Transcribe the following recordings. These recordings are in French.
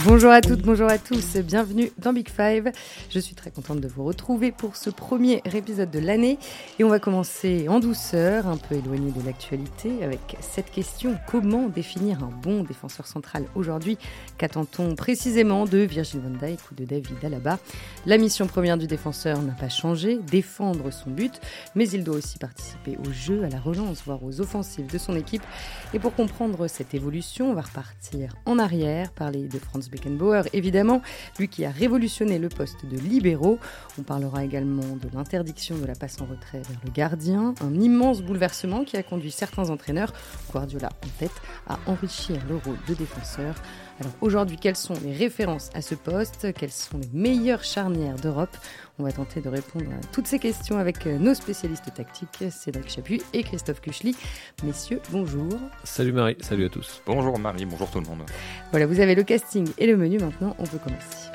Bonjour à toutes, bonjour à tous, bienvenue dans Big Five. Je suis très contente de vous retrouver pour ce premier épisode de l'année et on va commencer en douceur, un peu éloigné de l'actualité, avec cette question: comment définir un bon défenseur central aujourd'hui? Qu'attend-on précisément de Virgil van Dijk ou de David Alaba? La mission première du défenseur n'a pas changé, défendre son but, mais il doit aussi participer au jeu, à la relance, voire aux offensives de son équipe. Et pour comprendre cette évolution, on va repartir en arrière, parler de Franz Beckenbauer, évidemment, lui qui a révolutionné le poste de libéraux. On parlera également de l'interdiction de la passe en retrait vers le gardien, un immense bouleversement qui a conduit certains entraîneurs, Guardiola en tête, à enrichir le rôle de défenseur. Alors aujourd'hui, quelles sont les références à ce poste? Quelles sont les meilleures charnières d'Europe? On va tenter de répondre à toutes ces questions avec nos spécialistes tactiques, Cédric Chappuis et Christophe Kuchli. Messieurs, bonjour. Salut Marie, salut à tous. Bonjour Marie, bonjour tout le monde. Voilà, vous avez le casting et le menu maintenant, on peut commencer.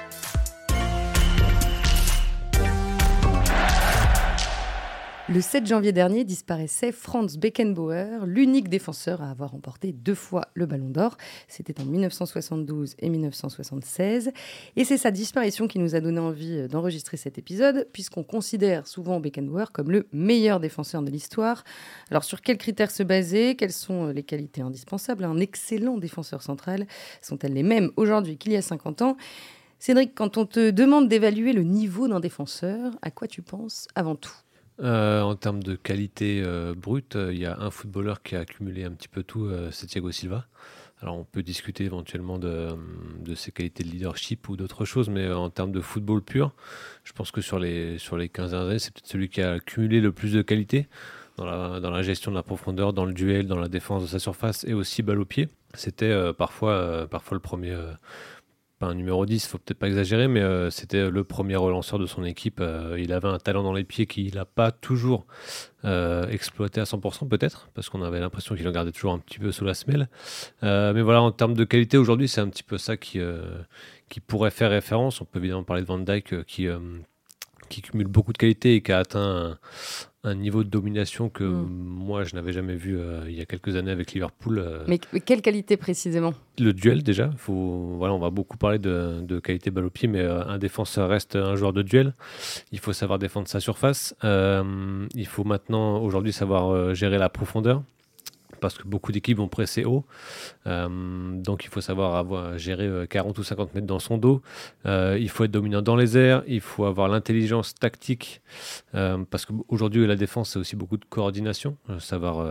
Le 7 janvier dernier disparaissait Franz Beckenbauer, l'unique défenseur à avoir remporté 2 fois le Ballon d'Or. C'était en 1972 et 1976. Et c'est sa disparition qui nous a donné envie d'enregistrer cet épisode, puisqu'on considère souvent Beckenbauer comme le meilleur défenseur de l'histoire. Alors sur quels critères se baser? Quelles sont les qualités indispensables à un excellent défenseur central? Sont-elles les mêmes aujourd'hui qu'il y a 50 ans? Cédric, quand on te demande d'évaluer le niveau d'un défenseur, à quoi tu penses avant tout? En termes de qualité brute, il y a un footballeur qui a accumulé un petit peu tout, c'est Thiago Silva. Alors on peut discuter éventuellement de ses qualités de leadership ou d'autres choses, mais en termes de football pur, je pense que sur les 15 dernières années, c'est peut-être celui qui a accumulé le plus de qualité dans la gestion de la profondeur, dans le duel, dans la défense de sa surface et aussi balle au pied. C'était parfois le premier... pas un numéro 10, il ne faut peut-être pas exagérer, mais c'était le premier relanceur de son équipe. Il avait un talent dans les pieds qu'il n'a pas toujours exploité à 100% peut-être, parce qu'on avait l'impression qu'il en gardait toujours un petit peu sous la semelle. Mais voilà, en termes de qualité, aujourd'hui, c'est un petit peu ça qui pourrait faire référence. On peut évidemment parler de Van Dijk qui cumule beaucoup de qualités et qui a atteint un niveau de domination que moi je n'avais jamais vu il y a quelques années avec Liverpool. Mais quelle qualité précisément? Le duel déjà, on va beaucoup parler de qualité balle au pied, mais un défenseur reste un joueur de duel. Il faut savoir défendre sa surface. Il faut maintenant aujourd'hui savoir gérer la profondeur, parce que beaucoup d'équipes vont presser haut. Donc il faut savoir gérer 40 ou 50 mètres dans son dos. Il faut être dominant dans les airs. Il faut avoir l'intelligence tactique, parce qu'aujourd'hui, la défense, c'est aussi beaucoup de coordination. Savoir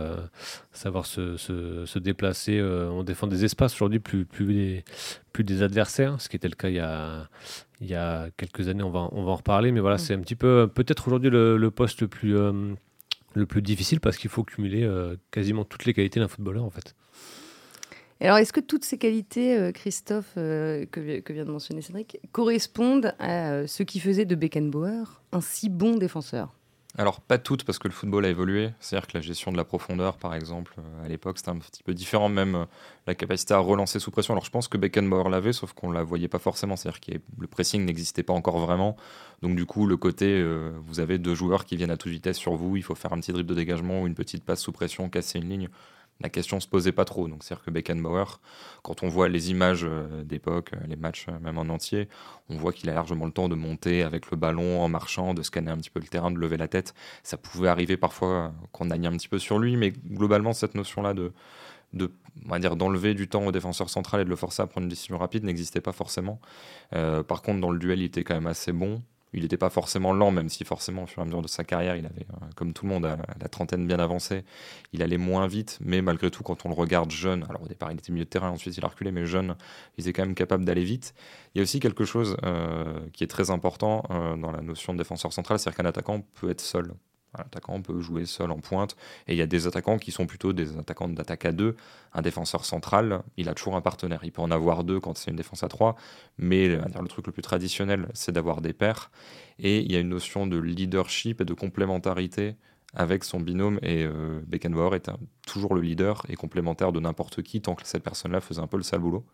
se déplacer. On défend des espaces aujourd'hui, plus des adversaires, ce qui était le cas il y a quelques années. On va en reparler. Mais voilà, c'est un petit peu, peut-être aujourd'hui, le poste le plus difficile, parce qu'il faut cumuler quasiment toutes les qualités d'un footballeur en fait. Alors est-ce que toutes ces qualités, Christophe, que vient de mentionner Cédric, correspondent à ce qui faisait de Beckenbauer un si bon défenseur? Alors pas toutes, parce que le football a évolué, c'est-à-dire que la gestion de la profondeur par exemple à l'époque c'était un petit peu différent, même la capacité à relancer sous pression. Alors je pense que Beckenbauer l'avait, sauf qu'on la voyait pas forcément, c'est-à-dire que le pressing n'existait pas encore vraiment, donc du coup le côté vous avez 2 joueurs qui viennent à toute vitesse sur vous, il faut faire un petit dribble de dégagement ou une petite passe sous pression, casser une ligne. La question se posait pas trop. Donc c'est-à-dire que Beckenbauer, quand on voit les images d'époque, les matchs même en entier, on voit qu'il a largement le temps de monter avec le ballon en marchant, de scanner un petit peu le terrain, de lever la tête. Ça pouvait arriver parfois qu'on nagne un petit peu sur lui, mais globalement cette notion-là on va dire, d'enlever du temps au défenseur central et de le forcer à prendre une décision rapide n'existait pas forcément. Par contre, dans le duel, il était quand même assez bon. Il n'était pas forcément lent, même si forcément, au fur et à mesure de sa carrière, il avait, comme tout le monde, la trentaine bien avancée, il allait moins vite, mais malgré tout, quand on le regarde jeune, alors au départ, il était milieu de terrain, ensuite il a reculé, mais jeune, il était quand même capable d'aller vite. Il y a aussi quelque chose qui est très important dans la notion de défenseur central, c'est-à-dire qu'un attaquant peut être seul. Un attaquant peut jouer seul en pointe, et il y a des attaquants qui sont plutôt des attaquants d'attaque à 2. Un défenseur central, il a toujours un partenaire. Il peut en avoir 2 quand c'est une défense à 3, mais le truc le plus traditionnel, c'est d'avoir des pairs. Et il y a une notion de leadership et de complémentarité avec son binôme, et Beckenbauer était toujours le leader et complémentaire de n'importe qui, tant que cette personne-là faisait un peu le sale boulot.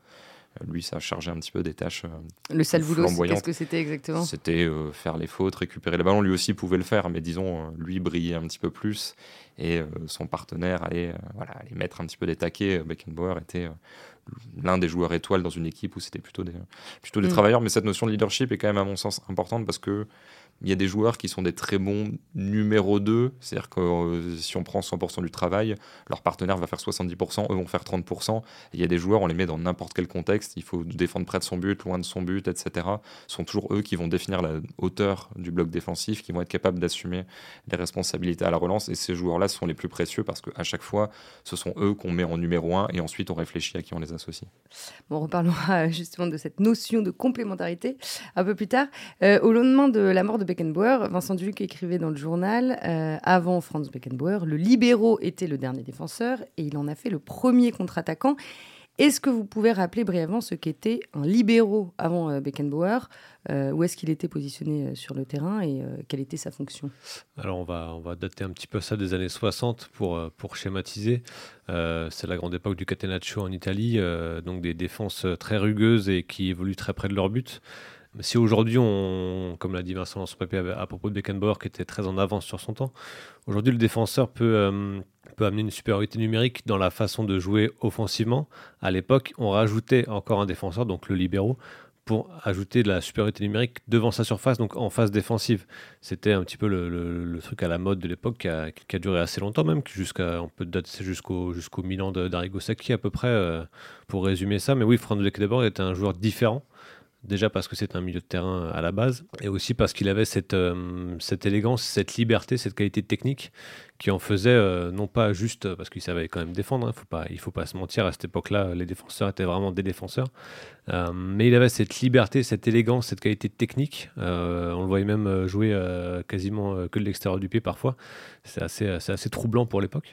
Lui, ça a chargé un petit peu des tâches Le sale boulot, flamboyantes. qu'est-ce que c'était exactement ? C'était faire les fautes, récupérer les ballons. Lui aussi pouvait le faire, mais disons, lui brillait un petit peu plus. Et son partenaire allait mettre un petit peu des taquets. Beckenbauer était l'un des joueurs étoiles dans une équipe où c'était plutôt des travailleurs. Mais cette notion de leadership est quand même, à mon sens, importante parce que il y a des joueurs qui sont des très bons numéro 2, c'est-à-dire que si on prend 100% du travail, leur partenaire va faire 70%, eux vont faire 30%. Il y a des joueurs, on les met dans n'importe quel contexte, il faut défendre près de son but, loin de son but, etc. Ce sont toujours eux qui vont définir la hauteur du bloc défensif, qui vont être capables d'assumer les responsabilités à la relance. Et ces joueurs-là sont les plus précieux parce qu'à chaque fois, ce sont eux qu'on met en numéro 1 et ensuite on réfléchit à qui on les associe. Bon, on reparlera justement de cette notion de complémentarité un peu plus tard. Au lendemain de la mort de Beckenbauer, Vincent Duluc écrivait dans le journal avant Franz Beckenbauer, le libero était le dernier défenseur et il en a fait le premier contre-attaquant. Est-ce que vous pouvez rappeler brièvement ce qu'était un libero avant Beckenbauer ? Où est-ce qu'il était positionné sur le terrain et quelle était sa fonction ? Alors on va dater un petit peu ça des années 60 pour schématiser. C'est la grande époque du catenaccio en Italie, donc des défenses très rugueuses et qui évoluent très près de leur but. Si aujourd'hui, comme l'a dit Vincent dans son papier à propos de Beckenbauer, qui était très en avance sur son temps, aujourd'hui le défenseur peut amener une supériorité numérique dans la façon de jouer offensivement. À l'époque, on rajoutait encore un défenseur, donc le libero, pour ajouter de la supériorité numérique devant sa surface, donc en phase défensive. C'était un petit peu le truc à la mode de l'époque qui a duré assez longtemps même, on peut dater jusqu'au Milan d'Arrigo Sacchi à peu près, pour résumer ça. Mais oui, Franz Beckenbauer était un joueur différent. Déjà parce que c'est un milieu de terrain à la base, et aussi parce qu'il avait cette élégance, cette liberté, cette qualité technique qui en faisait non pas juste parce qu'il savait quand même défendre, hein, il faut pas se mentir, à cette époque-là, les défenseurs étaient vraiment des défenseurs, mais il avait cette liberté, cette élégance, cette qualité technique. On le voyait même jouer quasiment que de l'extérieur du pied parfois. C'est assez troublant pour l'époque.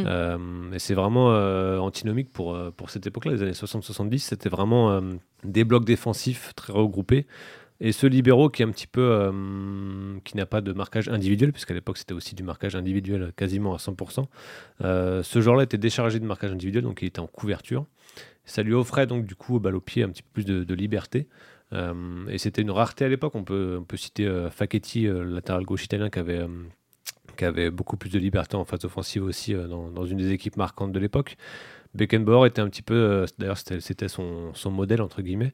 Et c'est vraiment antinomique pour cette époque-là, les années 60-70. C'était vraiment des blocs défensifs très regroupés. Et ce libéro qui est un petit peu qui n'a pas de marquage individuel, puisqu'à l'époque c'était aussi du marquage individuel quasiment à 100%. Ce joueur-là était déchargé de marquage individuel, donc il était en couverture. Ça lui offrait donc du coup balle au pied un petit peu plus de liberté. Et c'était une rareté à l'époque. On peut citer Facchetti, le latéral gauche italien, qui avait beaucoup plus de liberté en phase offensive aussi dans une des équipes marquantes de l'époque. Beckenbauer était un petit peu, d'ailleurs c'était son modèle entre guillemets,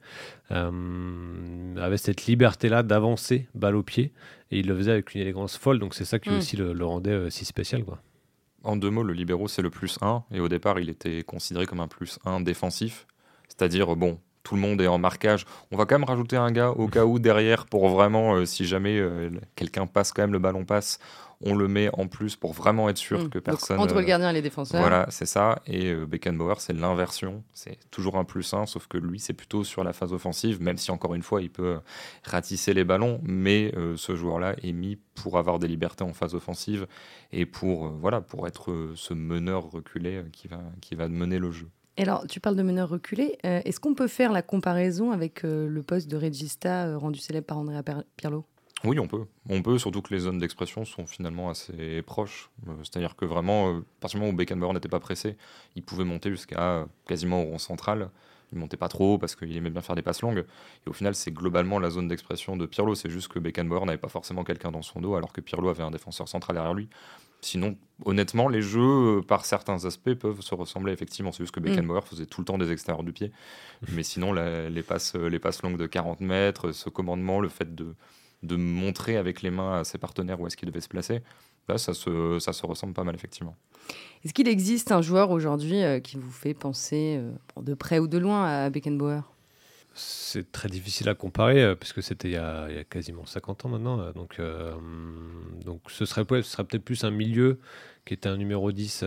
avait cette liberté-là d'avancer balle au pied, et il le faisait avec une élégance folle, donc c'est ça qui aussi le rendait si spécial, quoi. En 2 mots, le libéro c'est le +1, et au départ il était considéré comme un +1 défensif, c'est-à-dire bon, tout le monde est en marquage, on va quand même rajouter un gars au cas où derrière pour vraiment, si jamais quelqu'un passe, quand même le ballon passe, on le met en plus pour vraiment être sûr que personne... Donc, entre le gardien et les défenseurs. Voilà, c'est ça. Et Beckenbauer, c'est l'inversion. C'est toujours un +1, sauf que lui, c'est plutôt sur la phase offensive, même si, encore une fois, il peut ratisser les ballons. Mais ce joueur-là est mis pour avoir des libertés en phase offensive et pour être ce meneur reculé qui va mener le jeu. Et alors, tu parles de meneur reculé. Est-ce qu'on peut faire la comparaison avec le poste de regista rendu célèbre par Andrea Pirlo ? Oui, on peut, surtout que les zones d'expression sont finalement assez proches. C'est-à-dire que vraiment, à partir du moment où Beckenbauer n'était pas pressé, il pouvait monter jusqu'à quasiment au rond central. Il montait pas trop haut parce qu'il aimait bien faire des passes longues. Et au final, c'est globalement la zone d'expression de Pirlo. C'est juste que Beckenbauer n'avait pas forcément quelqu'un dans son dos, alors que Pirlo avait un défenseur central derrière lui. Sinon, honnêtement, les jeux, par certains aspects, peuvent se ressembler effectivement. C'est juste que Beckenbauer faisait tout le temps des extérieurs du pied. Mais sinon, les passes longues de 40 mètres, ce commandement, le fait de montrer avec les mains à ses partenaires où est-ce qu'ils devaient se placer, là, ça se ressemble pas mal, effectivement. Est-ce qu'il existe un joueur aujourd'hui qui vous fait penser, de près ou de loin, à Beckenbauer ? C'est très difficile à comparer, puisque c'était il y a quasiment 50 ans maintenant. Donc ce serait peut-être plus un milieu qui était un numéro 10,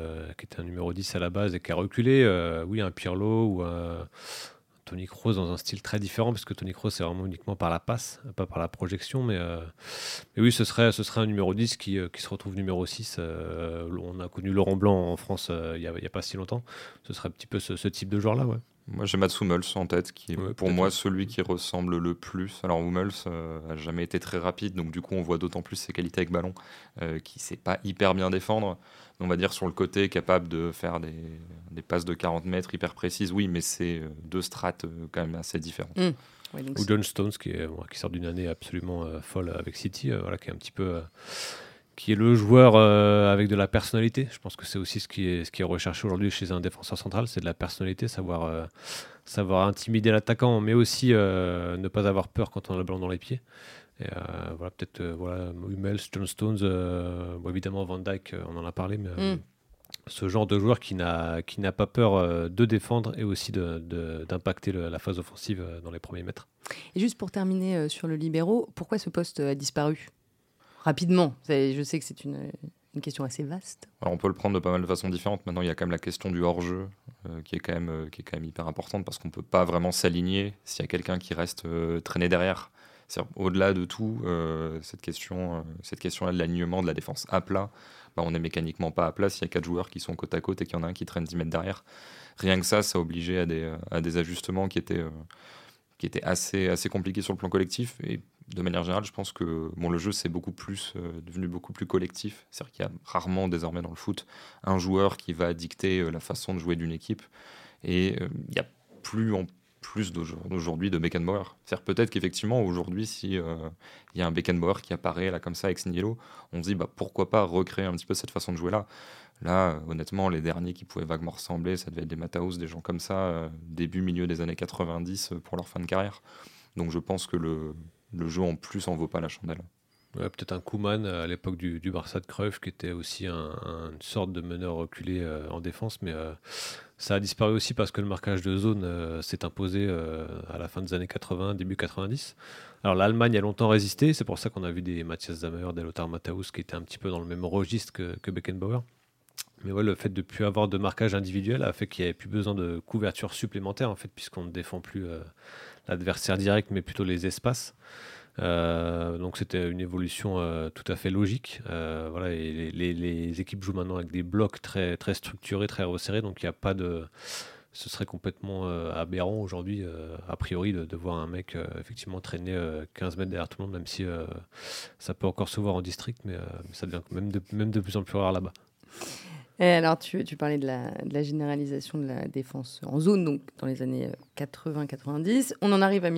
à la base et qui a reculé. Oui, un Pirlo ou un Toni Kroos dans un style très différent, parce que Toni Kroos c'est vraiment uniquement par la passe, pas par la projection, mais oui, ce serait un numéro 10 qui se retrouve numéro 6. On a connu Laurent Blanc en France il y a pas si longtemps. Ce serait un petit peu ce type de joueur-là, ouais. Moi, j'ai Mats Hummels en tête, qui est pour moi celui qui ressemble le plus. Alors, Hummels a jamais été très rapide, donc du coup, on voit d'autant plus ses qualités avec ballon, qui sait pas hyper bien défendre. On va dire sur le côté, capable de faire des passes de 40 mètres hyper précises, oui, mais c'est deux strates quand même assez différentes. Ouais, Ou John Stones, qui sort d'une année absolument folle avec City, qui est un petit peu... qui est le joueur avec de la personnalité. Je pense que c'est aussi ce qui est recherché aujourd'hui chez un défenseur central, c'est de la personnalité, savoir intimider l'attaquant, mais aussi ne pas avoir peur quand on a le ballon dans les pieds. Et peut-être Hummels, John Stones, évidemment Van Dijk, on en a parlé, mais ce genre de joueur qui n'a pas peur de défendre et aussi d'impacter la phase offensive dans les premiers mètres. Et juste pour terminer sur le libéro, pourquoi ce poste a disparu rapidement? Je sais que c'est une question assez vaste. Alors on peut le prendre de pas mal de façons différentes. Maintenant, il y a quand même la question du hors-jeu qui est quand même hyper importante, parce qu'on ne peut pas vraiment s'aligner s'il y a quelqu'un qui reste traîné derrière. Au-delà de tout, cette question-là de l'alignement de la défense à plat, on n'est mécaniquement pas à plat s'il y a 4 joueurs qui sont côte à côte et qu'il y en a un qui traîne 10 mètres derrière. Rien que ça a obligé à des ajustements qui étaient assez compliqués sur le plan collectif. Et de manière générale, je pense que le jeu c'est devenu beaucoup plus collectif. C'est-à-dire qu'il y a rarement désormais dans le foot un joueur qui va dicter la façon de jouer d'une équipe. Et il n'y a plus d'aujourd'hui de Beckenbauer. C'est-à-dire peut-être qu'effectivement aujourd'hui, si y a un Beckenbauer qui apparaît là comme ça ex nihilo, on se dit pourquoi pas recréer un petit peu cette façon de jouer là. Là, honnêtement, les derniers qui pouvaient vaguement ressembler, ça devait être des Mataus, des gens comme ça, milieu des années 90 pour leur fin de carrière. Donc je pense que le jeu en plus en vaut pas la chandelle. Ouais, peut-être un Koeman à l'époque du Barça de Cruyff, qui était aussi une sorte de meneur reculé en défense, mais ça a disparu aussi parce que le marquage de zone s'est imposé à la fin des années 80, début 90. Alors l'Allemagne a longtemps résisté, c'est pour ça qu'on a vu des Matthias Sammer, des Lothar Matthäus qui étaient un petit peu dans le même registre que Beckenbauer. Mais le fait de ne plus avoir de marquage individuel a fait qu'il n'y avait plus besoin de couverture supplémentaire, en fait, puisqu'on ne défend plus l'adversaire direct, mais plutôt les espaces. Donc c'était une évolution tout à fait logique. Et les équipes jouent maintenant avec des blocs très, très structurés, très resserrés, donc il n'y a pas de... Ce serait complètement aberrant aujourd'hui, a priori, de voir un mec effectivement traîner 15 mètres derrière tout le monde, même si ça peut encore se voir en district, mais ça devient même de plus en plus rare là-bas. Et alors, tu parlais de la généralisation de la défense en zone, donc dans les années 80-90. On en arrive à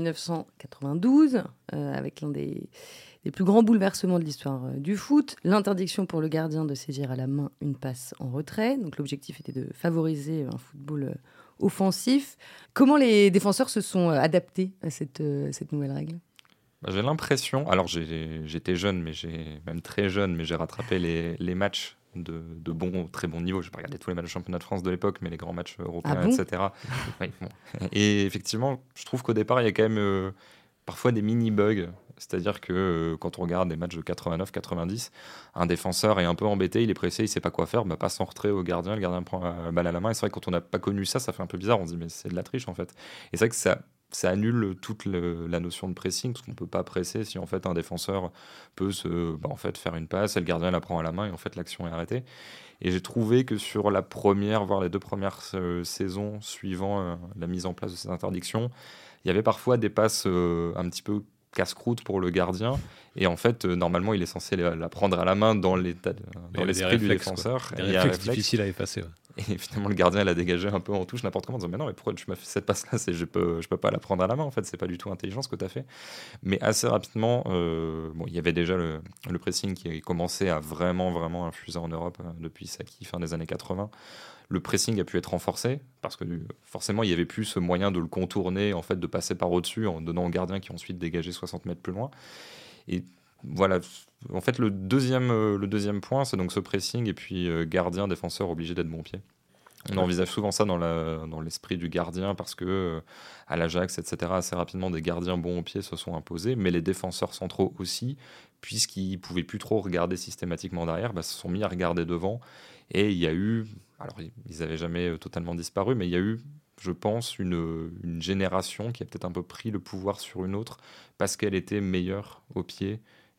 1992, avec l'un des plus grands bouleversements de l'histoire du foot, l'interdiction pour le gardien de saisir à la main une passe en retrait. Donc l'objectif était de favoriser un football offensif. Comment les défenseurs se sont adaptés à cette nouvelle règle ? J'ai l'impression, alors j'étais jeune, même très jeune, mais j'ai rattrapé les matchs de très bon niveau. Je n'ai pas regardé tous les matchs de championnat de France de l'époque, mais les grands matchs européens, etc. Oui, bon. Et effectivement, je trouve qu'au départ, il y a quand même parfois des mini-bugs. C'est-à-dire que quand on regarde des matchs de 89-90, un défenseur est un peu embêté, il est pressé, il ne sait pas quoi faire, passe en retrait au gardien, le gardien prend la balle à la main. Et c'est vrai que quand on n'a pas connu ça, ça fait un peu bizarre. On se dit, mais c'est de la triche en fait. Et c'est vrai que ça annule toute la notion de pressing, parce qu'on ne peut pas presser si en fait un défenseur peut faire une passe, et le gardien la prend à la main et en fait l'action est arrêtée. Et j'ai trouvé que sur la première, voire les 2 premières saisons suivant la mise en place de cette interdiction, il y avait parfois des passes un petit peu casse-croûte pour le gardien, et en fait normalement il est censé la prendre à la main dans l'esprit du défenseur. Il y a des réflexes difficiles à effacer. Et finalement, le gardien l'a dégagé un peu en touche, n'importe comment, en disant mais non, mais pourquoi tu m'as fait cette passe-là, je peux pas la prendre à la main, en fait, c'est pas du tout intelligent ce que tu as fait. Mais assez rapidement, il y avait déjà le pressing qui commençait à vraiment infuser en Europe depuis Saki, fin des années 80. Le pressing a pu être renforcé parce que forcément, il n'y avait plus ce moyen de le contourner, en fait, de passer par au-dessus en donnant au gardien qui ensuite dégageait 60 mètres plus loin. Et voilà, en fait, le deuxième point, c'est donc ce pressing et puis gardien, défenseur obligé d'être bon pied. On envisage souvent ça dans l'esprit du gardien parce que à l'Ajax, etc., assez rapidement, des gardiens bons au pied se sont imposés, mais les défenseurs centraux aussi, puisqu'ils ne pouvaient plus trop regarder systématiquement derrière, se sont mis à regarder devant. Et il y a eu, alors ils n'avaient jamais totalement disparu, mais il y a eu, je pense, une génération qui a peut-être un peu pris le pouvoir sur une autre parce qu'elle était meilleure au pied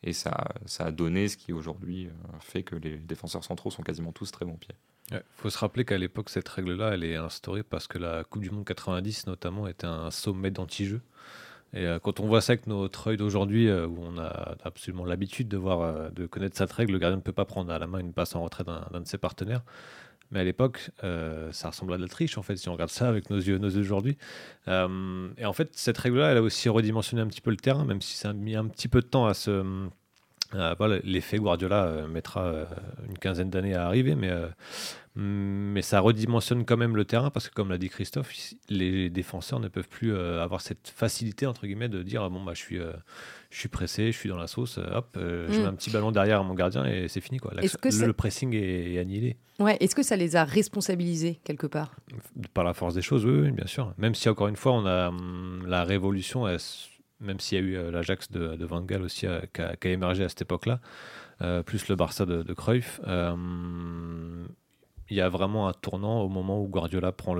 Et ça a donné ce qui aujourd'hui fait que les défenseurs centraux sont quasiment tous très bons pieds. Faut se rappeler qu'à l'époque, cette règle-là, elle est instaurée parce que la Coupe du Monde 90, notamment, était un sommet d'anti-jeu. Et quand on voit ça avec notre œil d'aujourd'hui, où on a absolument l'habitude de connaître cette règle, le gardien ne peut pas prendre à la main une passe en retrait d'un de ses partenaires. Mais à l'époque, ça ressemble à de la triche, en fait, si on regarde ça avec nos yeux d'aujourd'hui. Et en fait, cette règle-là, elle a aussi redimensionné un petit peu le terrain, même si ça a mis un petit peu de temps à se... voilà, l'effet Guardiola mettra une quinzaine d'années à arriver, mais ça redimensionne quand même le terrain parce que, comme l'a dit Christophe, les défenseurs ne peuvent plus avoir cette facilité entre guillemets de dire bon bah je suis pressé, je suis dans la sauce, hop, je mets un petit ballon derrière à mon gardien et c'est fini quoi. Le pressing est annihilé. Ouais, est-ce que ça les a responsabilisés quelque part ? Par la force des choses, oui, bien sûr. Même si encore une fois on a la révolution, même s'il y a eu l'Ajax de Van Gaal aussi qui a émergé à cette époque-là, plus le Barça de Cruyff. Il y a vraiment un tournant au moment où Guardiola prend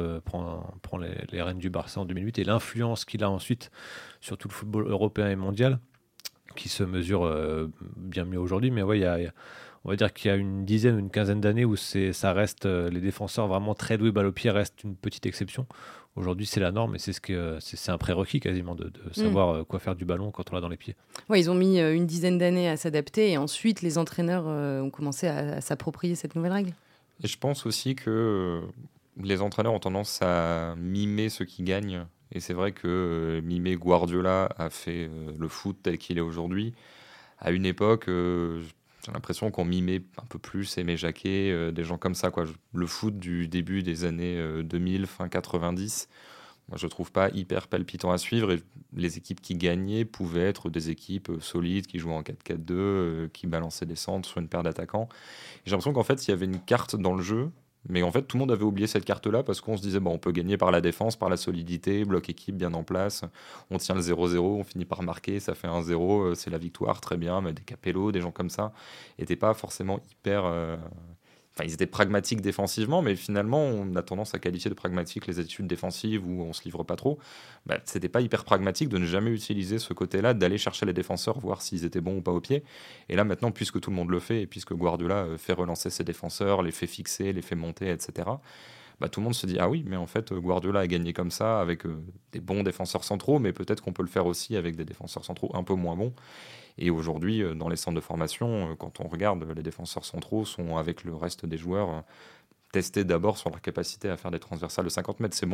les rênes du Barça en 2008 et l'influence qu'il a ensuite sur tout le football européen et mondial, qui se mesure bien mieux aujourd'hui. Mais ouais, on va dire qu'il y a une dizaine ou une quinzaine d'années où ça reste les défenseurs vraiment très doués balle au pied restent une petite exception. Aujourd'hui, c'est la norme et c'est un prérequis quasiment de savoir quoi faire du ballon quand on l'a dans les pieds. Ouais, ils ont mis une dizaine d'années à s'adapter et ensuite les entraîneurs ont commencé à s'approprier cette nouvelle règle. Et je pense aussi que les entraîneurs ont tendance à mimer ceux qui gagnent. Et c'est vrai que mimer Guardiola a fait le foot tel qu'il est aujourd'hui. À une époque, j'ai l'impression qu'on mimait un peu plus Aimé Jacquet, des gens comme ça, quoi. Le foot du début des années 2000, fin 90, moi, je ne trouve pas hyper palpitant à suivre. Et les équipes qui gagnaient pouvaient être des équipes solides, qui jouaient en 4-4-2, qui balançaient des centres sur une paire d'attaquants. Et j'ai l'impression qu'en fait, il y avait une carte dans le jeu, mais en fait, tout le monde avait oublié cette carte-là parce qu'on se disait, bon, on peut gagner par la défense, par la solidité, bloc équipe bien en place, on tient le 0-0, on finit par marquer, ça fait 1-0, c'est la victoire, très bien, mais des Capello, des gens comme ça, n'étaient pas forcément hyper... Enfin, ils étaient pragmatiques défensivement, mais finalement, on a tendance à qualifier de pragmatiques les attitudes défensives où on se livre pas trop. C'était pas hyper pragmatique de ne jamais utiliser ce côté-là, d'aller chercher les défenseurs, voir s'ils étaient bons ou pas au pied. Et là, maintenant, puisque tout le monde le fait, et puisque Guardiola fait relancer ses défenseurs, les fait fixer, les fait monter, etc., tout le monde se dit ah oui, mais en fait, Guardiola a gagné comme ça avec des bons défenseurs centraux, mais peut-être qu'on peut le faire aussi avec des défenseurs centraux un peu moins bons. Et aujourd'hui, dans les centres de formation, quand on regarde, les défenseurs centraux sont avec le reste des joueurs testés d'abord sur leur capacité à faire des transversales de 50 mètres. C'est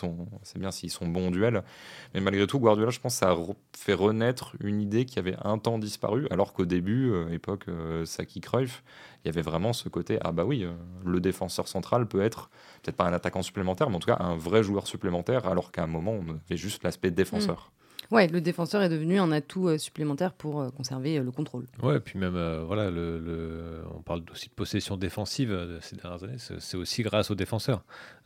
bien s'ils sont bons en duel. Mais malgré tout, Guardiola, je pense, ça a fait renaître une idée qui avait un temps disparu, alors qu'au début, époque Saki Cruyff, il y avait vraiment ce côté, ah bah oui, le défenseur central peut être, peut-être pas un attaquant supplémentaire, mais en tout cas un vrai joueur supplémentaire, alors qu'à un moment, on avait juste l'aspect défenseur. Ouais, le défenseur est devenu un atout supplémentaire pour conserver le contrôle. Ouais, et puis même, voilà, on parle aussi de possession défensive ces dernières années, c'est aussi grâce aux défenseurs.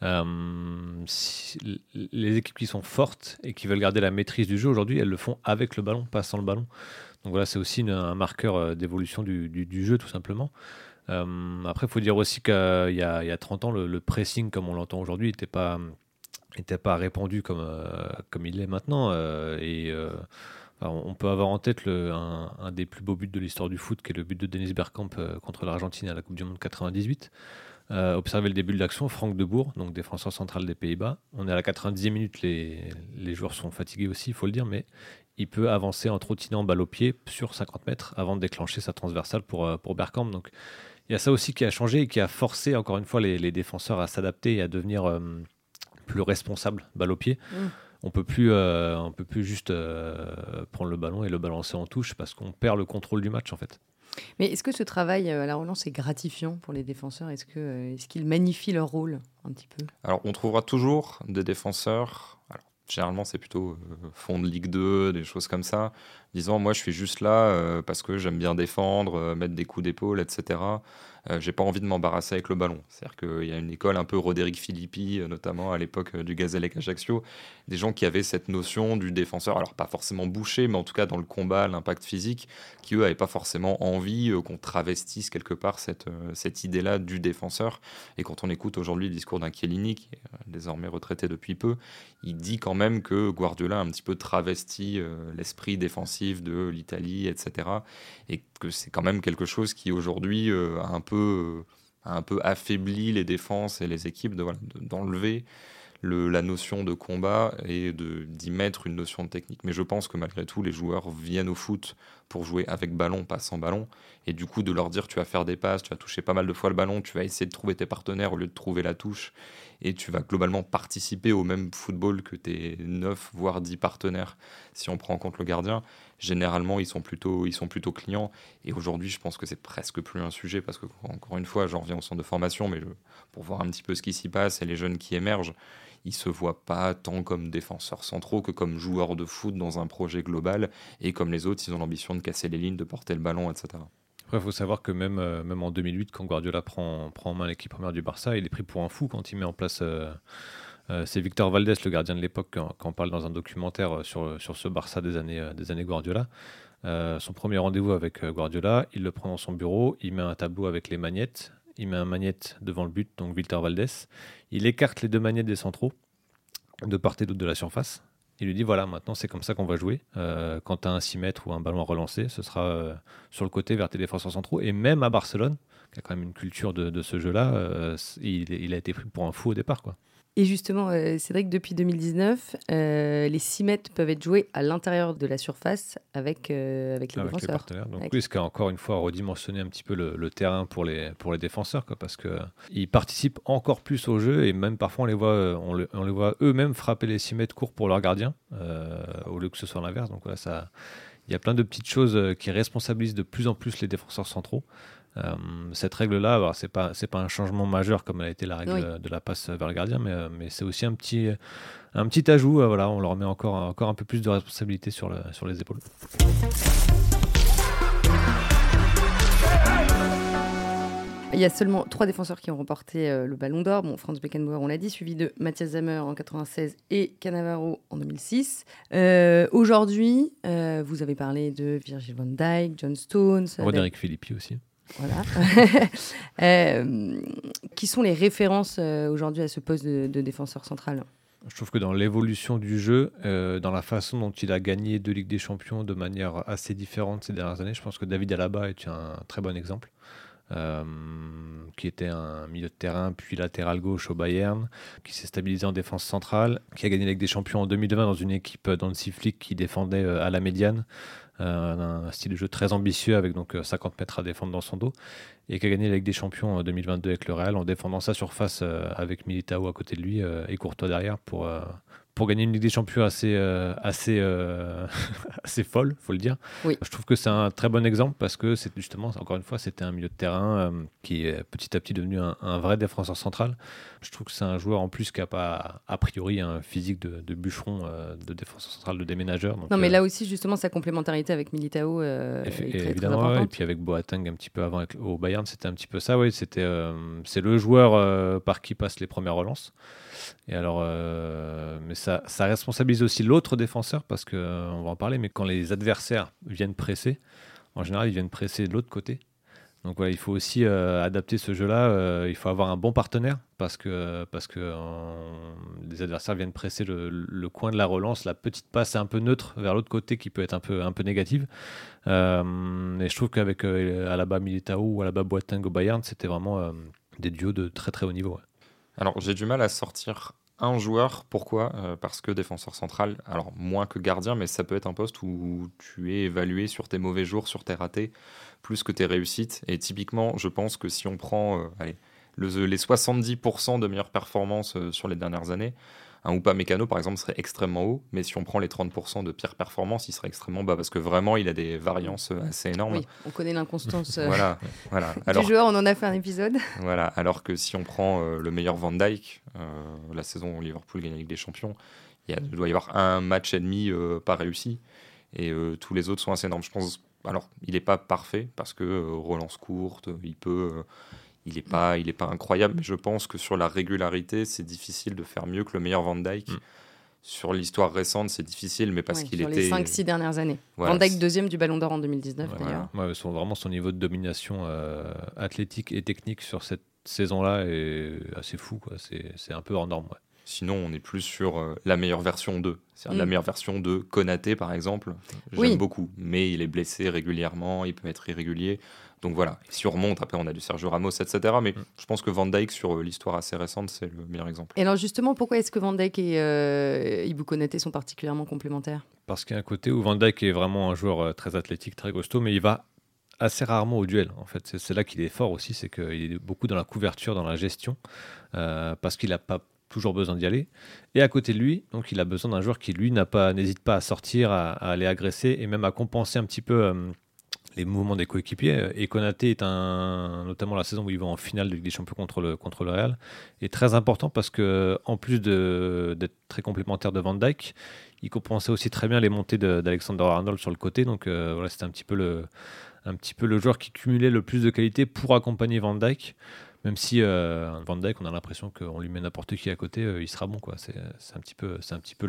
Les équipes qui sont fortes et qui veulent garder la maîtrise du jeu, aujourd'hui, elles le font avec le ballon, pas sans le ballon. Donc voilà, c'est aussi un marqueur d'évolution du jeu, tout simplement. Après, il faut dire aussi qu'il y a 30 ans, le pressing, comme on l'entend aujourd'hui, n'était pas répandu comme il l'est maintenant. On peut avoir en tête un des plus beaux buts de l'histoire du foot, qui est le but de Dennis Bergkamp contre l'Argentine à la Coupe du Monde 98. Observez le début de l'action, Frank de Boer, donc défenseur central des Pays-Bas. On est à la 90e minute, les joueurs sont fatigués aussi, il faut le dire, mais il peut avancer en trottinant balle au pied sur 50 mètres avant de déclencher sa transversale pour Bergkamp. Donc il y a ça aussi qui a changé et qui a forcé encore une fois les défenseurs à s'adapter et à devenir plus responsable balle au pied. On peut plus juste prendre le ballon et le balancer en touche parce qu'on perd le contrôle du match en fait. Mais est-ce que ce travail à la relance est gratifiant pour les défenseurs ? Est-ce qu'ils magnifient leur rôle un petit peu ? Alors on trouvera toujours des défenseurs, généralement c'est plutôt fond de Ligue 2, des choses comme ça, disant moi je suis juste là parce que j'aime bien défendre, mettre des coups d'épaule, etc. J'ai pas envie de m'embarrasser avec le ballon. C'est-à-dire qu'il y a une école un peu Roderick Filippi, notamment à l'époque du Gazellec Ajaccio, des gens qui avaient cette notion du défenseur, alors pas forcément bouché, mais en tout cas dans le combat, l'impact physique, qui eux n'avaient pas forcément envie qu'on travestisse quelque part cette idée-là du défenseur. Et quand on écoute aujourd'hui le discours d'un Chiellini, qui est désormais retraité depuis peu, il dit quand même que Guardiola a un petit peu travesti l'esprit défensif de l'Italie, etc. Et que c'est quand même quelque chose qui aujourd'hui a un peu affaibli les défenses et les équipes d'enlever la notion de combat et d'y mettre une notion de technique. Mais je pense que malgré tout, les joueurs viennent au foot pour jouer avec ballon, pas sans ballon. Et du coup, de leur dire tu vas faire des passes, tu vas toucher pas mal de fois le ballon, tu vas essayer de trouver tes partenaires au lieu de trouver la touche. Et tu vas globalement participer au même football que tes 9 voire 10 partenaires. Si on prend en compte le gardien, généralement, ils sont plutôt clients. Et aujourd'hui, je pense que c'est presque plus un sujet parce que, encore une fois, j'en reviens au centre de formation, mais pour voir un petit peu ce qui s'y passe et les jeunes qui émergent, ils ne se voient pas tant comme défenseurs centraux que comme joueurs de foot dans un projet global. Et comme les autres, ils ont l'ambition de casser les lignes, de porter le ballon, etc. Après, il faut savoir que même en 2008, quand Guardiola prend en main l'équipe première du Barça, il est pris pour un fou quand il met en place... c'est Victor Valdés, le gardien de l'époque, quand on parle dans un documentaire sur ce Barça des années Guardiola. Son premier rendez-vous avec Guardiola, il le prend dans son bureau, il met un tableau avec les magnettes, il met un magnette devant le but, donc Victor Valdés. Il écarte les 2 magnettes des centraux, de part et d'autre de la surface. Il lui dit voilà, maintenant c'est comme ça qu'on va jouer. Quand tu as un 6 mètres ou un ballon à relancer, ce sera sur le côté vers tes défenseurs centraux. Et même à Barcelone, qui a quand même une culture de ce jeu-là, il a été pris pour un fou au départ, quoi. Et justement, Cédric, depuis 2019, les 6 mètres peuvent être joués à l'intérieur de la surface avec les défenseurs. Les partenaires. Donc oui, ce qui a encore une fois redimensionné un petit peu le terrain pour les défenseurs, quoi, parce qu'ils participent encore plus au jeu et même parfois on les voit eux-mêmes frapper les 6 mètres courts pour leur gardien au lieu que ce soit l'inverse. Donc voilà, il y a plein de petites choses qui responsabilisent de plus en plus les défenseurs centraux. Cette règle-là, alors, c'est pas un changement majeur comme elle a été la règle de la passe vers le gardien, mais c'est aussi un petit ajout. Voilà, on leur met encore un peu plus de responsabilité sur les épaules. Il y a seulement 3 défenseurs qui ont remporté le Ballon d'Or. Bon, Franz Beckenbauer, on l'a dit, suivi de Matthias Sammer en 96 et Cannavaro en 2006. Aujourd'hui, vous avez parlé de Virgil van Dijk, John Stones... Roderick Philippi aussi. Voilà. Qui sont les références aujourd'hui à ce poste de défenseur central ? Je trouve que dans l'évolution du jeu, dans la façon dont il a gagné 2 Ligues des Champions de manière assez différente ces dernières années, je pense que David Alaba est un très bon exemple. Qui était un milieu de terrain puis latéral gauche au Bayern, qui s'est stabilisé en défense centrale, qui a gagné la Ligue des Champions en 2020 dans une équipe d'Hansi Flick qui défendait à la médiane, un style de jeu très ambitieux avec donc 50 mètres à défendre dans son dos, et qui a gagné la Ligue des Champions en 2022 avec le Real en défendant sa surface avec Militao à côté de lui et Courtois derrière pour gagner une Ligue des Champions assez folle, faut le dire. Oui. Je trouve que c'est un très bon exemple parce que c'est justement, encore une fois, c'était un milieu de terrain qui est petit à petit devenu un vrai défenseur central. Je trouve que c'est un joueur en plus qui n'a pas a priori un physique de bûcheron, de défenseur central, de déménageur. Donc, non, mais là aussi, justement, sa complémentarité avec Militao est très, évidemment, très importante. Et puis avec Boateng un petit peu avant au Bayern, c'était un petit peu ça. Oui, c'est le joueur par qui passent les premières relances. Et alors, mais ça responsabilise aussi l'autre défenseur parce que on va en parler. Mais quand les adversaires viennent presser, en général, ils viennent presser de l'autre côté. Donc voilà, il faut aussi adapter ce jeu-là. Il faut avoir un bon partenaire parce que les adversaires viennent presser le coin de la relance, la petite passe un peu neutre vers l'autre côté qui peut être un peu négative. Et je trouve qu'avec Alaba Militao ou Alaba Boateng au Bayern, c'était vraiment des duos de très très haut niveau. Ouais. Alors j'ai du mal à sortir un joueur. Pourquoi ? Parce que défenseur central, alors moins que gardien, mais ça peut être un poste où tu es évalué sur tes mauvais jours, sur tes ratés, plus que tes réussites. Et typiquement, je pense que si on prend les 70% de meilleures performances sur les dernières années, un Upamecano, par exemple, serait extrêmement haut, mais si on prend les 30% de pires performances, il serait extrêmement bas, parce que vraiment, il a des variances assez énormes. Oui, on connaît l'inconstance voilà. du joueur, on en a fait un épisode. Voilà, alors que si on prend le meilleur Van Dijk, la saison où Liverpool gagne la Ligue des Champions, il doit y avoir un match et demi pas réussi, et tous les autres sont assez énormes. Je pense, alors, il n'est pas parfait, parce que relance courte, il est pas incroyable, mais je pense que sur la régularité, c'est difficile de faire mieux que le meilleur Van Dijk. Sur l'histoire récente, c'est difficile, mais parce qu'il était... Sur les 5-6 dernières années. Voilà. Van Dijk, deuxième du Ballon d'Or en 2019, d'ailleurs. Ouais, vraiment, son niveau de domination athlétique et technique sur cette saison-là est assez fou, quoi. C'est un peu hors norme, ouais. Sinon, on est plus sur la meilleure version d'eux. C'est-à-dire la meilleure version de Konaté, par exemple. J'aime beaucoup, mais il est blessé régulièrement, il peut être irrégulier. Donc voilà, et si on remonte, après on a du Sergio Ramos, etc. Mais je pense que Van Dijk, sur l'histoire assez récente, c'est le meilleur exemple. Et alors justement, pourquoi est-ce que Van Dijk et Ibou Konaté sont particulièrement complémentaires ? Parce qu'il y a un côté où Van Dijk est vraiment un joueur très athlétique, très costaud, mais il va assez rarement au duel. En fait, c'est là qu'il est fort aussi, c'est qu'il est beaucoup dans la couverture, dans la gestion, parce qu'il n'a pas toujours besoin d'y aller. Et à côté de lui, donc il a besoin d'un joueur qui, lui, n'hésite pas à sortir, à aller agresser et même à compenser un petit peu les mouvements des coéquipiers. Et Konaté est notamment la saison où il va en finale de Ligue des Champions contre le Real, est très important parce que en plus d'être très complémentaire de Van Dijk, il compensait aussi très bien les montées d'Alexander-Arnold sur le côté. Donc voilà, c'était un petit peu le joueur qui cumulait le plus de qualité pour accompagner Van Dijk. Même si Van Dijk, on a l'impression qu'on lui met n'importe qui à côté, il sera bon, quoi. C'est un petit peu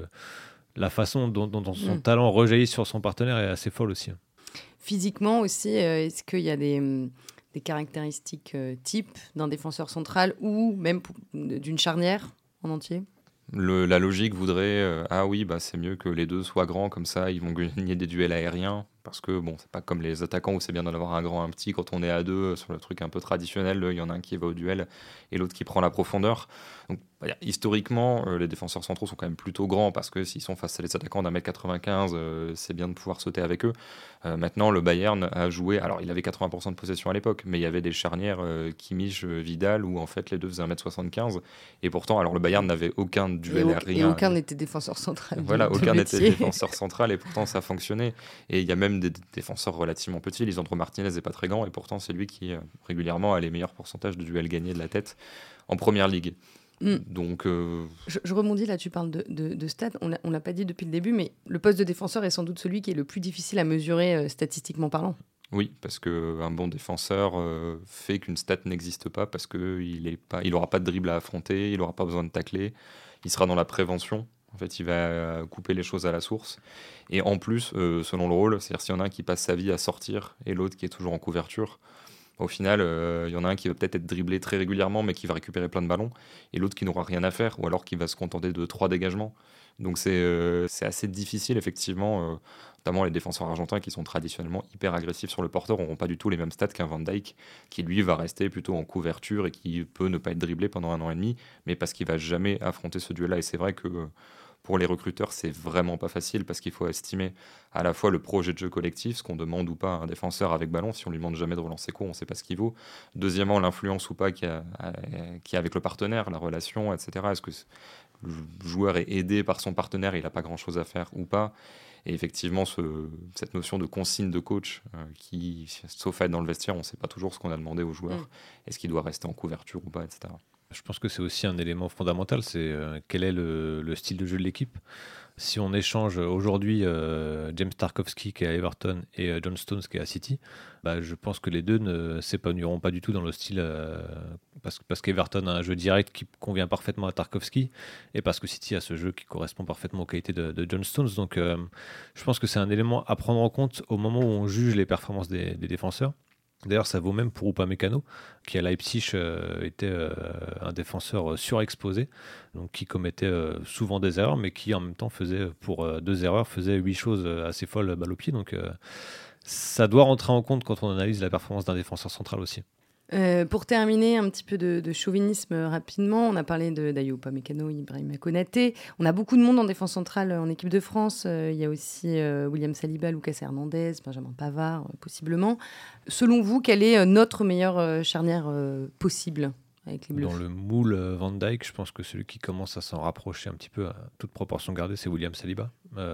la façon dont son talent rejaillit sur son partenaire est assez folle aussi. Physiquement aussi, est-ce qu'il y a des caractéristiques types d'un défenseur central ou même d'une charnière en entier ? La logique voudrait c'est mieux que les deux soient grands, comme ça ils vont gagner des duels aériens, parce que bon, c'est pas comme les attaquants où c'est bien d'en avoir un grand, un petit. Quand on est à deux, sur le truc un peu traditionnel, il y en a un qui va au duel et l'autre qui prend la profondeur. Donc historiquement, les défenseurs centraux sont quand même plutôt grands, parce que s'ils sont face à des attaquants d'1m95, c'est bien de pouvoir sauter avec eux. Maintenant, le Bayern a joué, alors il avait 80% de possession à l'époque, mais il y avait des charnières Kimmich, Vidal, où en fait les deux faisaient 1m75, et pourtant, alors le Bayern n'avait aucun duel aérien. Et aucun n'était défenseur central. Voilà, aucun n'était défenseur central, et pourtant ça fonctionnait. Et il y a même des défenseurs relativement petits. Lisandro Martinez n'est pas très grand, et pourtant c'est lui qui régulièrement a les meilleurs pourcentages de duels gagnés de la tête en première ligue. Donc, je rebondis là, tu parles de stats, on l'a pas dit depuis le début, mais le poste de défenseur est sans doute celui qui est le plus difficile à mesurer statistiquement parlant. Oui, parce qu'un bon défenseur fait qu'une stat n'existe pas, parce qu'il n'aura pas de dribble à affronter, il n'aura pas besoin de tacler, il sera dans la prévention. En fait, il va couper les choses à la source. Et en plus, selon le rôle, c'est-à-dire s'il y en a un qui passe sa vie à sortir et l'autre qui est toujours en couverture, au final, il y en a un qui va peut-être être dribblé très régulièrement, mais qui va récupérer plein de ballons, et l'autre qui n'aura rien à faire, ou alors qui va se contenter de 3 dégagements. Donc c'est assez difficile, effectivement, notamment les défenseurs argentins qui sont traditionnellement hyper agressifs sur le porteur n'auront pas du tout les mêmes stats qu'un Van Dijk, qui lui va rester plutôt en couverture et qui peut ne pas être dribblé pendant 1 an et demi, mais parce qu'il va jamais affronter ce duel-là. Et c'est vrai que pour les recruteurs, c'est vraiment pas facile, parce qu'il faut estimer à la fois le projet de jeu collectif, ce qu'on demande ou pas à un défenseur avec ballon. Si on lui demande jamais de relancer court, on ne sait pas ce qu'il vaut. Deuxièmement, l'influence ou pas qu'il y a avec le partenaire, la relation, etc. Est-ce que le joueur est aidé par son partenaire, il n'a pas grand-chose à faire ou pas? Et effectivement, cette notion de consigne de coach qui, sauf à être dans le vestiaire, on ne sait pas toujours ce qu'on a demandé au joueur. Est-ce qu'il doit rester en couverture ou pas, etc. Je pense que c'est aussi un élément fondamental, c'est quel est le style de jeu de l'équipe. Si on échange aujourd'hui James Tarkowski qui est à Everton et John Stones qui est à City, je pense que les deux ne s'épanouiront pas du tout dans le style, parce qu'Everton a un jeu direct qui convient parfaitement à Tarkowski, et parce que City a ce jeu qui correspond parfaitement aux qualités de John Stones. Donc je pense que c'est un élément à prendre en compte au moment où on juge les performances des défenseurs. D'ailleurs, ça vaut même pour Upamecano, qui à Leipzig était un défenseur surexposé, donc qui commettait souvent des erreurs, mais qui en même temps faisait, pour 2 erreurs, faisait 8 choses assez folles balle au pied. Donc ça doit rentrer en compte quand on analyse la performance d'un défenseur central aussi. Pour terminer, un petit peu de chauvinisme rapidement. On a parlé d'Ayoub Upamecano, Ibrahima Konaté. On a beaucoup de monde en défense centrale en équipe de France. Il y a aussi William Saliba, Lucas Hernandez, Benjamin Pavard, possiblement. Selon vous, quelle est notre meilleure charnière possible avec les Bleus ? Dans le moule Van Dijk, je pense que celui qui commence à s'en rapprocher un petit peu, à toute proportion gardée, c'est William Saliba,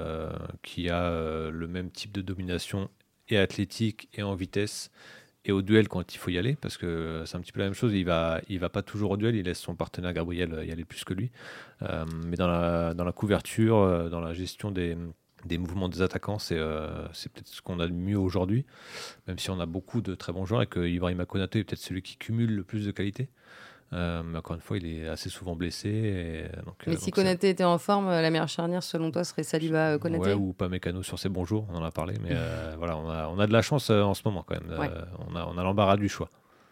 qui a le même type de domination et athlétique et en vitesse, et au duel quand il faut y aller, parce que c'est un petit peu la même chose, il va pas toujours au duel, il laisse son partenaire Gabriel y aller plus que lui, mais dans la couverture, dans la gestion des mouvements des attaquants, c'est peut-être ce qu'on a de mieux aujourd'hui, même si on a beaucoup de très bons joueurs, et que Ibrahima Konaté est peut-être celui qui cumule le plus de qualité. Mais encore une fois, il est assez souvent blessé. Mais si Konaté était en forme, la meilleure charnière, selon toi, serait Saliba Konaté ? Ouais, ou Upamecano sur ses bons jours, on en a parlé. Mais voilà, on a de la chance en ce moment quand même. Ouais. On a l'embarras du choix.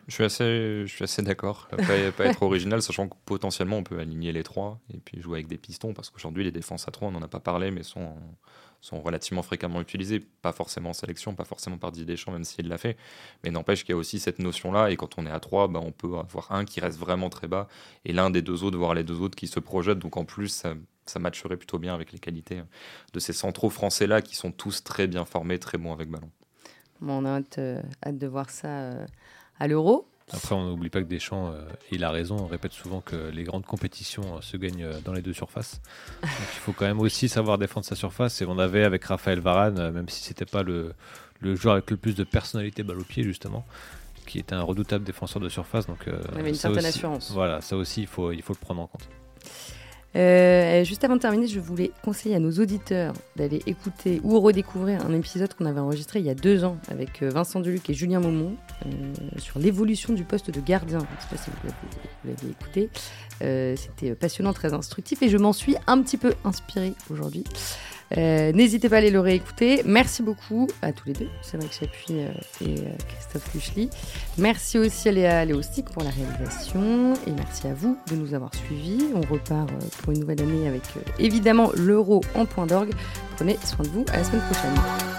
Je suis assez d'accord. Pas être original, sachant que potentiellement on peut aligner les 3 et puis jouer avec des pistons, parce qu'aujourd'hui les défenses à 3, on n'en a pas parlé, mais sont relativement fréquemment utilisées, pas forcément en sélection, pas forcément par Didier Deschamps, même s'il l'a fait, mais n'empêche qu'il y a aussi cette notion-là, et quand on est à 3, on peut avoir un qui reste vraiment très bas, et l'un des deux autres, voire les deux autres qui se projettent, donc en plus ça matcherait plutôt bien avec les qualités de ces centraux français-là, qui sont tous très bien formés, très bons avec ballon. On a hâte de voir ça à l'Euro. Après, on n'oublie pas que Deschamps, il a raison, on répète souvent que les grandes compétitions se gagnent dans les deux surfaces. Donc, il faut quand même aussi savoir défendre sa surface. Et on avait avec Raphaël Varane, même si c'était pas le joueur avec le plus de personnalité balle au pied, justement, qui était un redoutable défenseur de surface. Donc, il avait une certaine assurance. Voilà, ça aussi, il faut le prendre en compte. Juste avant de terminer, je voulais conseiller à nos auditeurs d'aller écouter ou redécouvrir un épisode qu'on avait enregistré il y a 2 ans avec Vincent Deluc et Julien Maumont sur l'évolution du poste de gardien. Je ne sais pas si vous l'avez écouté. C'était passionnant, très instructif et je m'en suis un petit peu inspirée aujourd'hui. N'hésitez pas à aller le réécouter. Merci beaucoup à tous les deux, Cédric Chapuis et Christophe Luchely. Merci aussi à Léa Léostic pour la réalisation et merci à vous de nous avoir suivis. On repart pour une nouvelle année avec évidemment l'Euro en point d'orgue. Prenez soin de vous, à la semaine prochaine.